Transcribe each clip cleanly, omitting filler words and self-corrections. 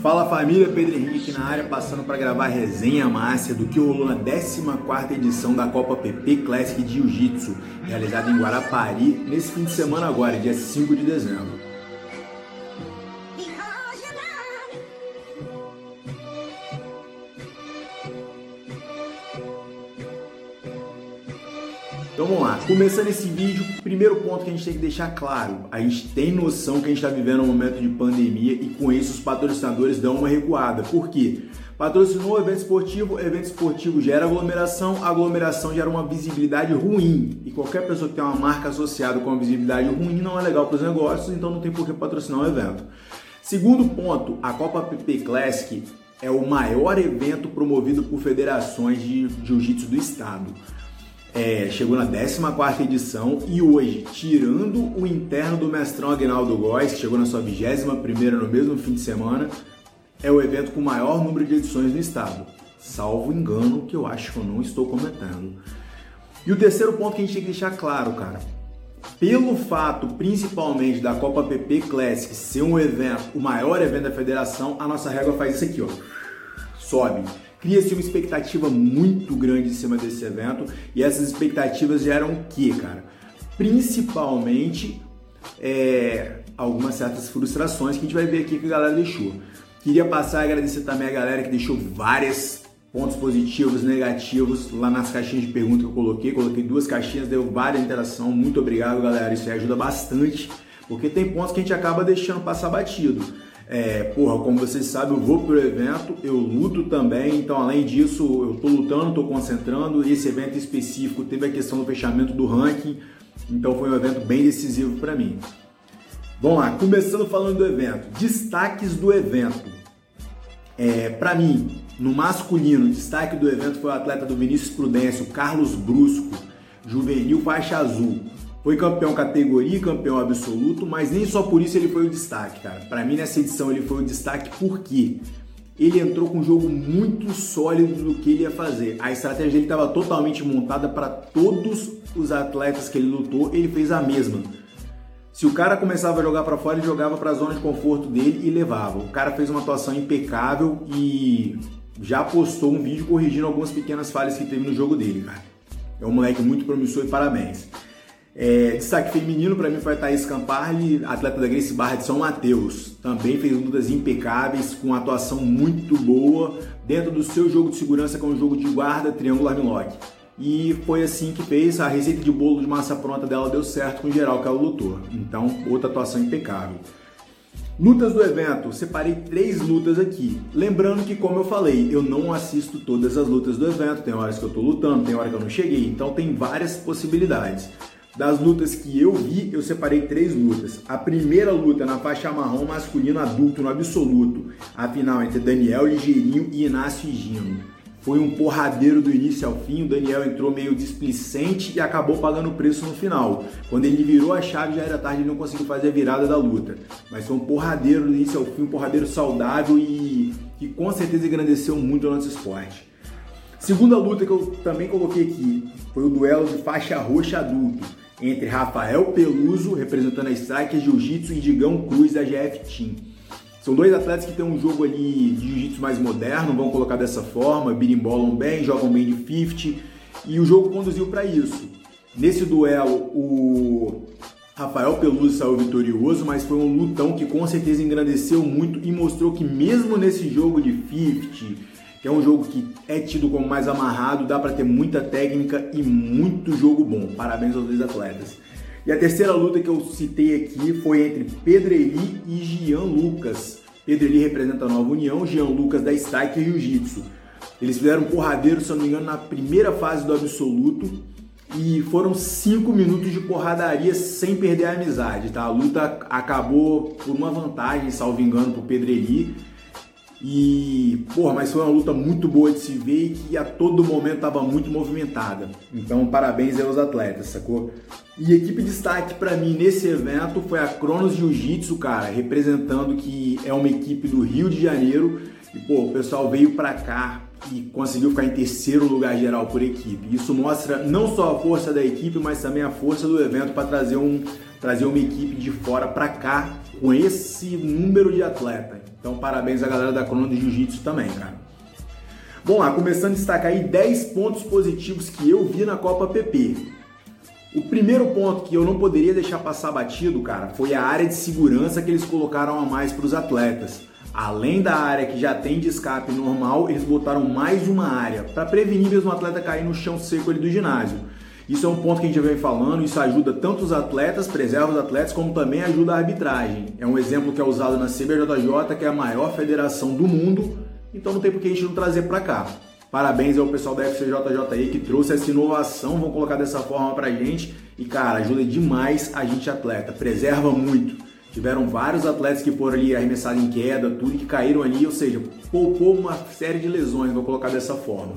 Fala família, Pedro Henrique aqui na área, passando para gravar a resenha máxima do que rolou na 14ª edição da Copa PP Classic de Jiu-Jitsu, realizada em Guarapari, nesse fim de semana agora, dia 5 de dezembro. Então vamos lá, começando esse vídeo, primeiro ponto que a gente tem que deixar claro, a gente tem noção que a gente está vivendo um momento de pandemia e com isso os patrocinadores dão uma recuada. Por quê? Patrocinou o evento esportivo gera aglomeração gera uma visibilidade ruim e qualquer pessoa que tem uma marca associada com uma visibilidade ruim não é legal para os negócios, então não tem por que patrocinar o evento. Segundo ponto, a Copa PP Classic é o maior evento promovido por federações de jiu-jitsu do estado. Chegou na 14ª edição e hoje, tirando o interno do mestrão Aguinaldo Góes, que chegou na sua 21ª no mesmo fim de semana, é o evento com o maior número de edições no estado. Salvo engano, que eu acho que eu não estou comentando. E o terceiro ponto que a gente tem que deixar claro, cara, pelo fato, principalmente, da Copa PP Classic ser um evento, o maior evento da federação, a nossa régua faz isso aqui, ó, sobe. Cria-se uma expectativa muito grande em cima desse evento e essas expectativas geram o quê, cara? Principalmente algumas certas frustrações que a gente vai ver aqui que a galera deixou. Queria passar e agradecer também a galera que deixou vários pontos positivos, negativos lá nas caixinhas de pergunta que eu coloquei. Coloquei 2 caixinhas, deu várias interação. Muito obrigado, galera. Isso aí ajuda bastante, porque tem pontos que a gente acaba deixando passar batido. Como vocês sabem, eu vou pro evento, eu luto também, então além disso eu tô lutando, tô concentrando. Esse evento específico teve a questão do fechamento do ranking, então foi um evento bem decisivo para mim. Vamos lá, começando falando do evento, destaques do evento. Para mim, no masculino, o destaque do evento foi o atleta do Vinícius Prudêncio, Carlos Brusco, juvenil faixa azul. Foi campeão categoria e campeão absoluto, mas nem só por isso ele foi o destaque, cara. Para mim, nessa edição, ele foi o destaque porque ele entrou com um jogo muito sólido do que ele ia fazer. A estratégia dele estava totalmente montada para todos os atletas que ele lutou, ele fez a mesma. Se o cara começava a jogar para fora, ele jogava para a zona de conforto dele e levava. O cara fez uma atuação impecável e já postou um vídeo corrigindo algumas pequenas falhas que teve no jogo dele, cara. É um moleque muito promissor e parabéns. Destaque feminino para mim foi a Thaís Camparli, atleta da Gracie Barra de São Mateus. Também fez lutas impecáveis, com atuação muito boa, dentro do seu jogo de segurança, que é um jogo de guarda, triângulo armlock. E foi assim que fez, a receita de bolo de massa pronta dela deu certo com o geral que ela lutou. Então, outra atuação impecável. Lutas do evento, separei 3 lutas aqui. Lembrando que, como eu falei, eu não assisto todas as lutas do evento, tem horas que eu tô lutando, tem hora que eu não cheguei, então tem várias possibilidades. Das lutas que eu vi, eu separei 3 lutas. A primeira luta na faixa marrom masculino adulto no absoluto. A final entre Daniel Ligeirinho e Inácio Higino. Foi um porradeiro do início ao fim. O Daniel entrou meio displicente e acabou pagando o preço no final. Quando ele virou a chave já era tarde, ele não conseguiu fazer a virada da luta. Mas foi um porradeiro do início ao fim, um porradeiro saudável e que com certeza engrandeceu muito o nosso esporte. Segunda luta que eu também coloquei aqui foi o duelo de faixa roxa adulto entre Rafael Peluso, representando a Strike Jiu-Jitsu, e Digão Cruz, da GF Team. São 2 atletas que têm um jogo ali de jiu-jitsu mais moderno, vamos colocar dessa forma, birimbolam bem, jogam bem de 50, e o jogo conduziu para isso. Nesse duelo, o Rafael Peluso saiu vitorioso, mas foi um lutão que com certeza engrandeceu muito e mostrou que mesmo nesse jogo de 50, que é um jogo que é tido como mais amarrado, dá para ter muita técnica e muito jogo bom. Parabéns aos 2 atletas. E a terceira luta que eu citei aqui foi entre Pedreli e Jean Lucas. Pedreli representa a Nova União, Jean Lucas da Strike Jiu-Jitsu. Eles fizeram um porradeiro, se não me engano, na primeira fase do absoluto e foram 5 minutos de porradaria sem perder a amizade, tá? A luta acabou por uma vantagem, salvo engano, pro Pedreli. Mas foi uma luta muito boa de se ver e que a todo momento estava muito movimentada. Então, parabéns aos atletas, sacou? E equipe de destaque para mim nesse evento foi a Cronos Jiu-Jitsu, cara, representando que é uma equipe do Rio de Janeiro. E, o pessoal veio para cá e conseguiu ficar em 3º lugar geral por equipe. Isso mostra não só a força da equipe, mas também a força do evento para trazer uma equipe de fora para cá com esse número de atleta. Então, parabéns à galera da Crono de Jiu-Jitsu também, cara. Bom lá, começando a destacar aí 10 pontos positivos que eu vi na Copa PP. O primeiro ponto que eu não poderia deixar passar batido, cara, foi a área de segurança que eles colocaram a mais para os atletas. Além da área que já tem de escape normal, eles botaram mais uma área para prevenir mesmo o atleta cair no chão seco ali do ginásio. Isso é um ponto que a gente já vem falando, isso ajuda tanto os atletas, preserva os atletas, como também ajuda a arbitragem. É um exemplo que é usado na CBJJ, que é a maior federação do mundo, então não tem por que a gente não trazer para cá. Parabéns ao pessoal da FCJJI que trouxe essa inovação, vão colocar dessa forma pra gente e, cara, ajuda demais a gente atleta, preserva muito. Tiveram vários atletas que foram ali arremessados em queda, tudo que caíram ali, ou seja, poupou uma série de lesões, vou colocar dessa forma.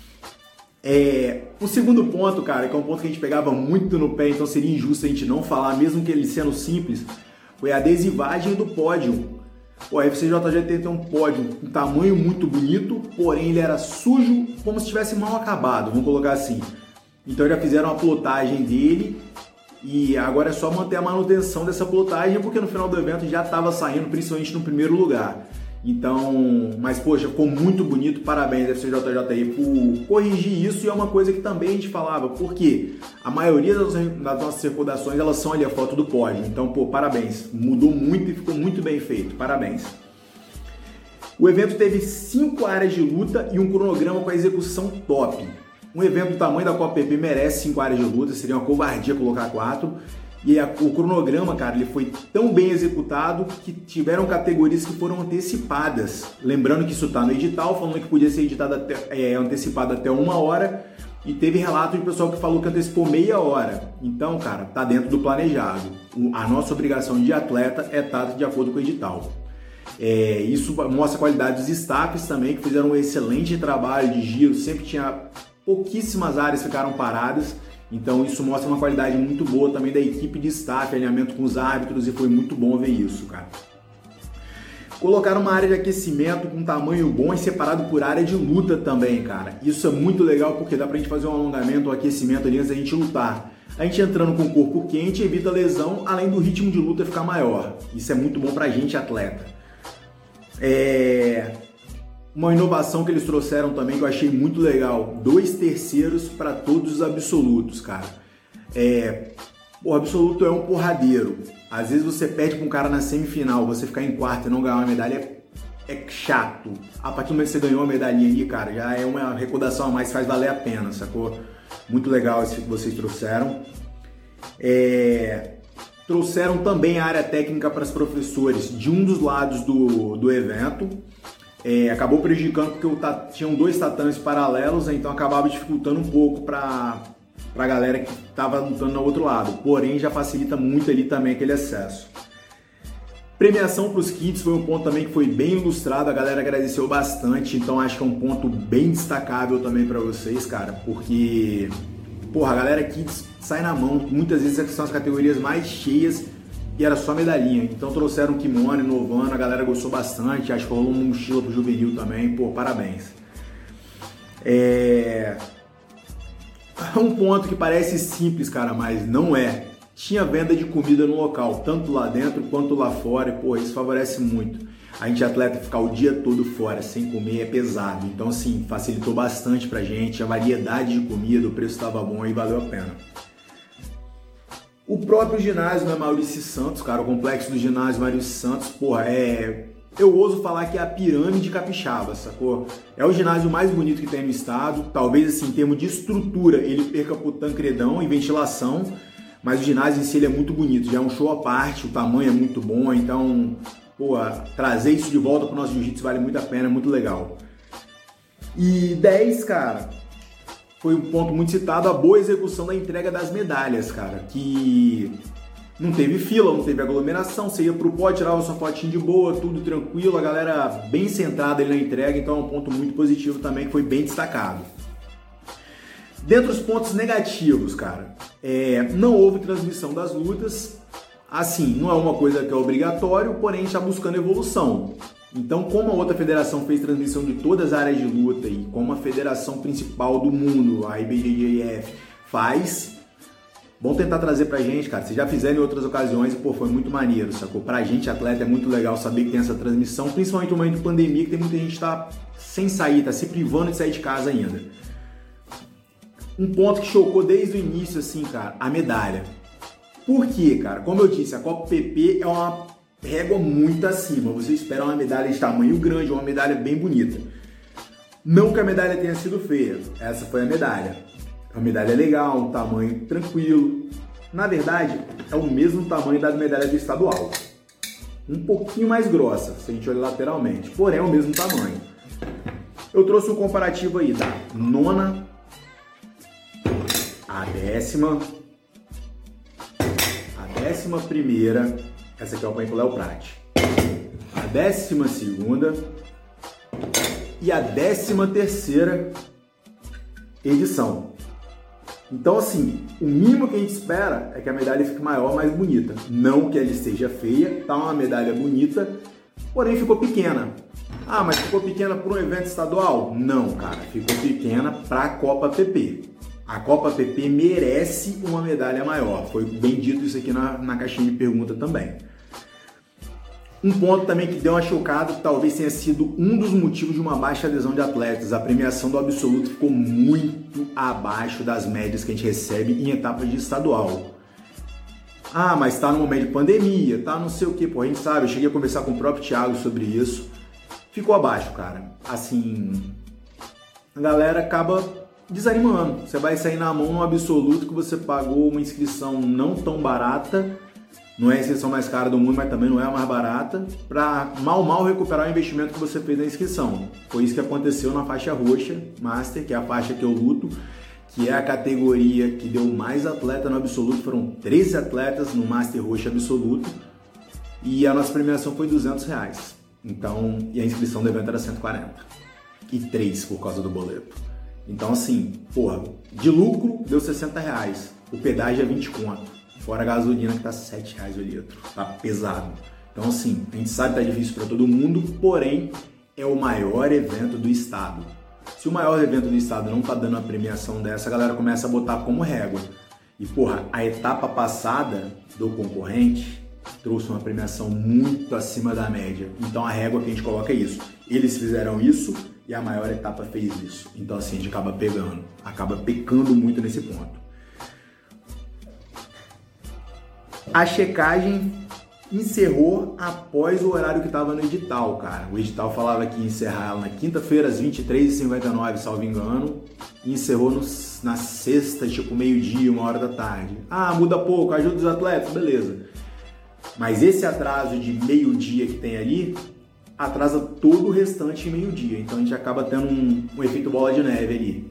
O segundo ponto, cara, que é um ponto que a gente pegava muito no pé, então seria injusto a gente não falar, mesmo que ele sendo simples, foi a adesivagem do pódio. O FCJJ tem um pódio com um tamanho muito bonito, porém ele era sujo, como se estivesse mal acabado, vamos colocar assim. Então já fizeram a plotagem dele e agora é só manter a manutenção dessa plotagem, porque no final do evento já estava saindo, principalmente no primeiro lugar. Então, mas poxa, ficou muito bonito, parabéns FCJJ por corrigir isso, e é uma coisa que também a gente falava, porque a maioria das nossas recordações, elas são ali a foto do pódio, então, pô, parabéns, mudou muito e ficou muito bem feito, parabéns. O evento teve 5 áreas de luta e um cronograma com a execução top. Um evento do tamanho da Copa PP merece 5 áreas de luta, seria uma covardia colocar 4. E o cronograma, cara, ele foi tão bem executado que tiveram categorias que foram antecipadas. Lembrando que isso tá no edital, falando que podia ser editado antecipado até 1 hora. E teve relato de pessoal que falou que antecipou meia hora. Então, cara, tá dentro do planejado. A nossa obrigação de atleta é estar de acordo com o edital. Isso mostra a qualidade dos staffs também, que fizeram um excelente trabalho de giro. Sempre tinha pouquíssimas áreas que ficaram paradas. Então isso mostra uma qualidade muito boa também da equipe de staff, alinhamento com os árbitros, e foi muito bom ver isso, cara. Colocaram uma área de aquecimento com tamanho bom e separado por área de luta também, cara. Isso é muito legal porque dá pra gente fazer um alongamento, um aquecimento ali antes da gente lutar. A gente entrando com o corpo quente evita lesão, além do ritmo de luta ficar maior. Isso é muito bom pra gente, atleta. Uma inovação que eles trouxeram também que eu achei muito legal, 2 terceiros para todos os absolutos, cara. O absoluto é um porradeiro. Às vezes você perde para um cara na semifinal, você ficar em quarto e não ganhar uma medalha é chato. A partir do momento que você ganhou uma medalhinha ali, cara, já é uma recordação a mais, faz valer a pena, sacou? Muito legal isso que vocês trouxeram. Trouxeram também a área técnica para os professores de um dos lados do evento. Acabou prejudicando porque tinham 2 tatames paralelos, então acabava dificultando um pouco para a galera que estava lutando no outro lado. Porém, já facilita muito ali também aquele acesso. Premiação para os kits foi um ponto também que foi bem ilustrado, a galera agradeceu bastante, então acho que é um ponto bem destacável também para vocês, cara, porque, porra, a galera kits sai na mão, muitas vezes essas são as categorias mais cheias, e era só medalhinha. Então trouxeram kimono, inovando, a galera gostou bastante, acho que rolou uma mochila pro juvenil também, pô, parabéns. Um ponto que parece simples, cara, mas não é. Tinha venda de comida no local, tanto lá dentro quanto lá fora, e pô, isso favorece muito. A gente atleta ficar o dia todo fora sem comer é pesado, então assim, facilitou bastante pra gente, a variedade de comida, o preço estava bom e valeu a pena. O próprio ginásio, né, Maurício Santos, cara, o complexo do ginásio Maurício Santos, porra, eu ouso falar que é a pirâmide capixaba, sacou? É o ginásio mais bonito que tem no estado, talvez assim, em termos de estrutura, ele perca pro Tancredão e ventilação, mas o ginásio em si ele é muito bonito, já é um show à parte, o tamanho é muito bom, então, pô, trazer isso de volta pro nosso jiu-jitsu vale muito a pena, é muito legal. E 10, cara, foi um ponto muito citado, a boa execução da entrega das medalhas, cara, que não teve fila, não teve aglomeração, você ia pro pódio, tirava sua fotinha de boa, tudo tranquilo, a galera bem centrada ali na entrega, então é um ponto muito positivo também, que foi bem destacado. Dentre os pontos negativos, cara, não houve transmissão das lutas, assim, não é uma coisa que é obrigatório, porém a gente está buscando evolução. Então, como a outra federação fez transmissão de todas as áreas de luta e como a federação principal do mundo, a IBJJF, faz, Vamos tentar trazer pra gente, cara. Vocês já fizeram em outras ocasiões e, pô, foi muito maneiro, sacou? Pra gente, atleta, é muito legal saber que tem essa transmissão, principalmente no momento de pandemia, que tem muita gente que tá sem sair, tá se privando de sair de casa ainda. Um ponto que chocou desde o início, assim, cara, a medalha. Por quê, cara? Como eu disse, a Copa PP é uma régua muito acima. Você espera uma medalha de tamanho grande, uma medalha bem bonita. Não que a medalha tenha sido feia, essa foi a medalha. É uma medalha legal, um tamanho tranquilo. Na verdade, é o mesmo tamanho da medalha do estadual. Um pouquinho mais grossa, se a gente olha lateralmente, porém é o mesmo tamanho. Eu trouxe um comparativo aí da nona, a décima, a 11ª, essa aqui é o Apanho com o Léo Prati, a 12ª e a 13ª edição. Então, assim, o mínimo que a gente espera é que a medalha fique maior, mais bonita. Não que ela esteja feia, tá uma medalha bonita, porém ficou pequena. Ah, mas ficou pequena para um evento estadual? Não, cara, ficou pequena para a Copa PP. A Copa PP merece uma medalha maior. Foi bem dito isso aqui na caixinha de pergunta também. Um ponto também que deu uma chocada, talvez tenha sido um dos motivos de uma baixa adesão de atletas. A premiação do absoluto ficou muito abaixo das médias que a gente recebe em etapas de estadual. Ah, mas tá no momento de pandemia, tá não sei o que, pô, a gente sabe, eu cheguei a conversar com o próprio Thiago sobre isso. Ficou abaixo, cara. Assim, a galera acaba desanimando. Você vai sair na mão no absoluto que você pagou uma inscrição não tão barata. Não é a inscrição mais cara do mundo, mas também não é a mais barata, para mal recuperar o investimento que você fez na inscrição. Foi isso que aconteceu na faixa roxa Master, que é a faixa que eu luto, que é a categoria que deu mais atleta no absoluto. Foram 13 atletas no Master roxa absoluto e a nossa premiação foi R$200. Então, e a inscrição do evento era 140 e 3 por causa do boleto. Então, assim, porra, de lucro deu R$60, o pedágio é 20 conto. Fora a gasolina que tá R$7 o litro, tá pesado. Então assim, a gente sabe que tá difícil para todo mundo, porém é o maior evento do estado. Se o maior evento do estado não tá dando uma premiação dessa, a galera começa a botar como régua. E porra, a etapa passada do concorrente trouxe uma premiação muito acima da média. Então a régua que a gente coloca é isso. Eles fizeram isso e a maior etapa fez isso. Então assim, a gente acaba pecando muito nesse ponto. A checagem encerrou após o horário que estava no edital, cara. O edital falava que ia encerrar ela na quinta-feira, às 23h59, salvo engano, e encerrou na sexta, tipo meio-dia, 1h da tarde. Ah, muda pouco, ajuda os atletas, beleza. Mas esse atraso de meio-dia que tem ali, atrasa todo o restante em meio-dia. Então a gente acaba tendo um efeito bola de neve ali.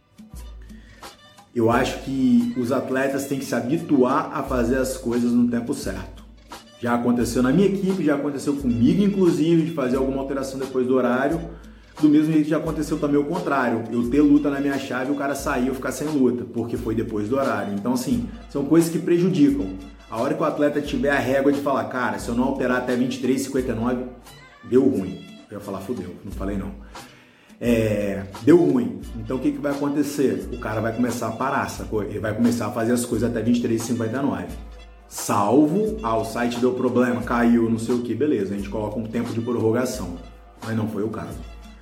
Eu acho que os atletas têm que se habituar a fazer as coisas no tempo certo. Já aconteceu na minha equipe, já aconteceu comigo, inclusive, de fazer alguma alteração depois do horário. Do mesmo jeito que já aconteceu também o contrário. Eu ter luta na minha chave e o cara sair e eu ficar sem luta, porque foi depois do horário. Então, assim, são coisas que prejudicam. A hora que o atleta tiver a régua de falar, cara, se eu não alterar até 23h59, deu ruim. Eu ia falar, fudeu, não falei não. Deu ruim. Então o que vai acontecer? O cara vai começar a parar, sacou? Ele vai começar a fazer as coisas até 23h59. Salvo, o site deu problema, caiu, não sei o que, beleza, a gente coloca um tempo de prorrogação. Mas não foi o caso.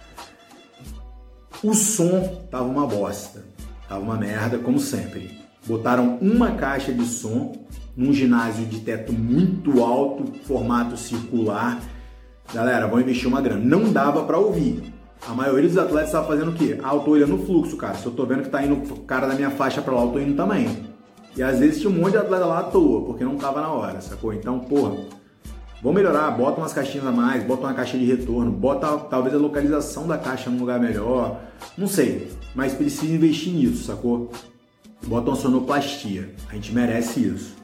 O som tava uma bosta. Tava uma merda, como sempre. Botaram uma caixa de som num ginásio de teto muito alto, formato circular. Galera, vão investir uma grana. Não dava pra ouvir. A maioria dos atletas estava fazendo o quê? Ah, eu tô olhando o fluxo, cara. Se eu tô vendo que tá indo o cara da minha faixa pra lá, eu tô indo também. E às vezes tinha um monte de atleta lá à toa, porque não tava na hora, sacou? Então, porra, vamos melhorar, bota umas caixinhas a mais, bota uma caixa de retorno, bota talvez a localização da caixa num lugar melhor, não sei, mas precisa investir nisso, sacou? Bota uma sonoplastia, a gente merece isso.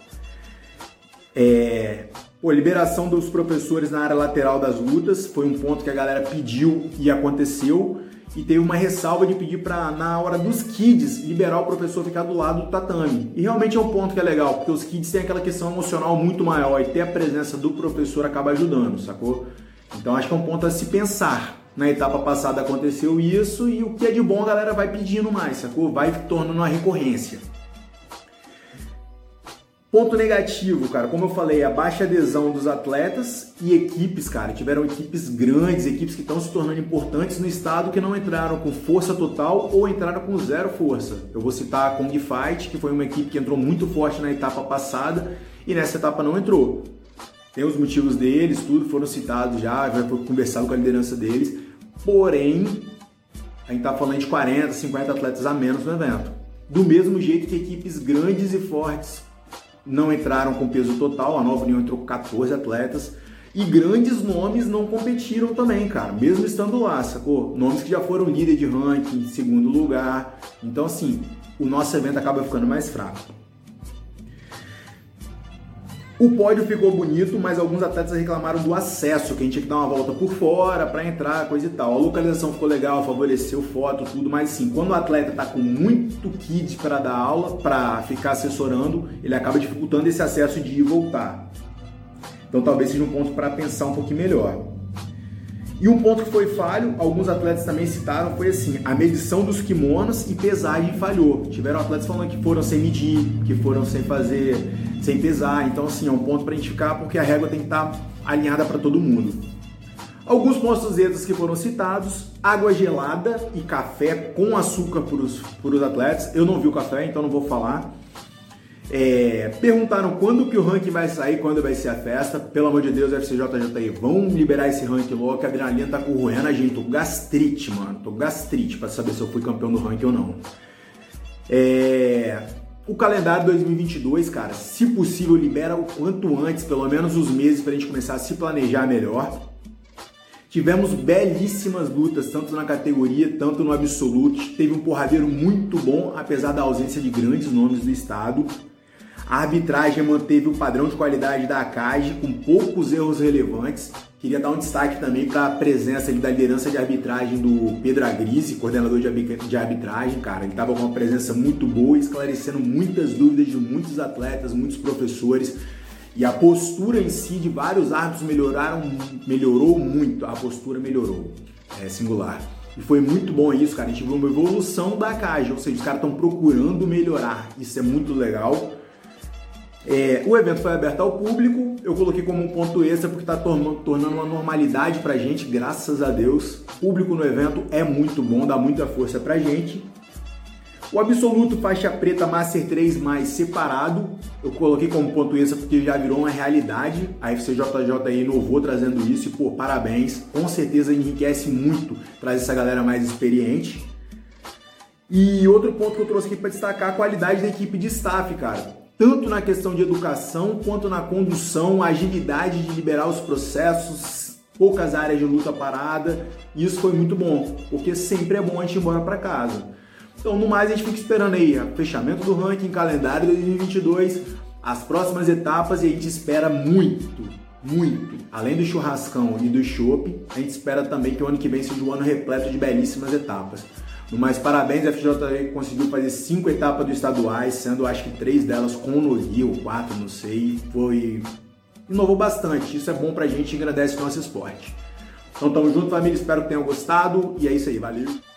Liberação dos professores na área lateral das lutas foi um ponto que a galera pediu e aconteceu, e teve uma ressalva de pedir para, na hora dos kids, liberar o professor ficar do lado do tatame. E realmente é um ponto que é legal, porque os kids têm aquela questão emocional muito maior e ter a presença do professor acaba ajudando, sacou? Então acho que é um ponto a se pensar. Na etapa passada aconteceu isso e o que é de bom a galera vai pedindo mais, sacou? Vai tornando uma recorrência. Ponto negativo, cara, como eu falei, a baixa adesão dos atletas e equipes, cara. Tiveram equipes grandes, equipes que estão se tornando importantes no estado que não entraram com força total ou entraram com zero força. Eu vou citar a Kong Fight, que foi uma equipe que entrou muito forte na etapa passada e nessa etapa não entrou. Tem os motivos deles, tudo foram citados já foi conversado com a liderança deles. Porém, a gente tá falando de 40, 50 atletas a menos no evento. Do mesmo jeito que equipes grandes e fortes não entraram com peso total, a Nova União entrou com 14 atletas e grandes nomes não competiram também, cara, mesmo estando lá, sacou? Nomes que já foram líder de ranking, segundo lugar. Então, assim, o nosso evento acaba ficando mais fraco. O pódio ficou bonito, mas alguns atletas reclamaram do acesso, que a gente tinha que dar uma volta por fora para entrar, coisa e tal. A localização ficou legal, favoreceu foto, tudo, mas sim, quando o atleta tá com muito kit para dar aula, para ficar assessorando, ele acaba dificultando esse acesso de ir e voltar. Então talvez seja um ponto para pensar um pouquinho melhor. E um ponto que foi falho, alguns atletas também citaram, foi assim, a medição dos kimonos e pesagem falhou. Tiveram atletas falando que foram sem medir, que foram sem pesar. Então, assim, é um ponto para a gente ficar, porque a régua tem que estar alinhada para todo mundo. Alguns pontos extras que foram citados: água gelada e café com açúcar para os atletas. Eu não vi o café, então não vou falar. Perguntaram quando que o ranking vai sair, quando vai ser a festa. Pelo amor de Deus, FCJJI, vão liberar esse ranking logo, que a adrenalina tá corroendo a gente. Tô com gastrite, mano. Tô com gastrite para saber se eu fui campeão do ranking ou não. O calendário 2022, cara, se possível, libera o quanto antes, pelo menos os meses, pra gente começar a se planejar melhor. Tivemos belíssimas lutas, tanto na categoria, tanto no Absolute. Teve um porradeiro muito bom, apesar da ausência de grandes nomes do estado. A arbitragem manteve o padrão de qualidade da ACAG, com poucos erros relevantes. Queria dar um destaque também para a presença ali da liderança de arbitragem do Pedro Agrise, coordenador de arbitragem, cara. Ele estava com uma presença muito boa, esclarecendo muitas dúvidas de muitos atletas, muitos professores. E a postura em si de vários árbitros melhorou muito. A postura melhorou, singular. E foi muito bom isso, cara. A gente viu uma evolução da ACAG, ou seja, os caras estão procurando melhorar. Isso é muito legal. O evento foi aberto ao público, eu coloquei como um ponto extra porque está tornando uma normalidade pra gente, graças a Deus. O público no evento é muito bom, dá muita força pra gente. O Absoluto faixa preta Master 3 mais separado, eu coloquei como ponto extra porque já virou uma realidade. A FCJJI inovou trazendo isso e, pô, parabéns. Com certeza enriquece muito, traz essa galera mais experiente. E outro ponto que eu trouxe aqui para destacar, a qualidade da equipe de staff, cara. Tanto na questão de educação, quanto na condução, a agilidade de liberar os processos, poucas áreas de luta parada. E isso foi muito bom, porque sempre é bom a gente ir embora para casa. Então, no mais, a gente fica esperando aí o fechamento do ranking, calendário 2022, as próximas etapas, e a gente espera muito. Além do churrascão e do chopp, a gente espera também que o ano que vem seja um ano repleto de belíssimas etapas. No mais, parabéns, a FCJJI conseguiu fazer 5 etapas dos estaduais, sendo acho que 3 delas com Noguia ou 4, não sei. Inovou bastante, isso é bom pra gente e agradece o nosso esporte. Então tamo junto, família, espero que tenham gostado e é isso aí, valeu!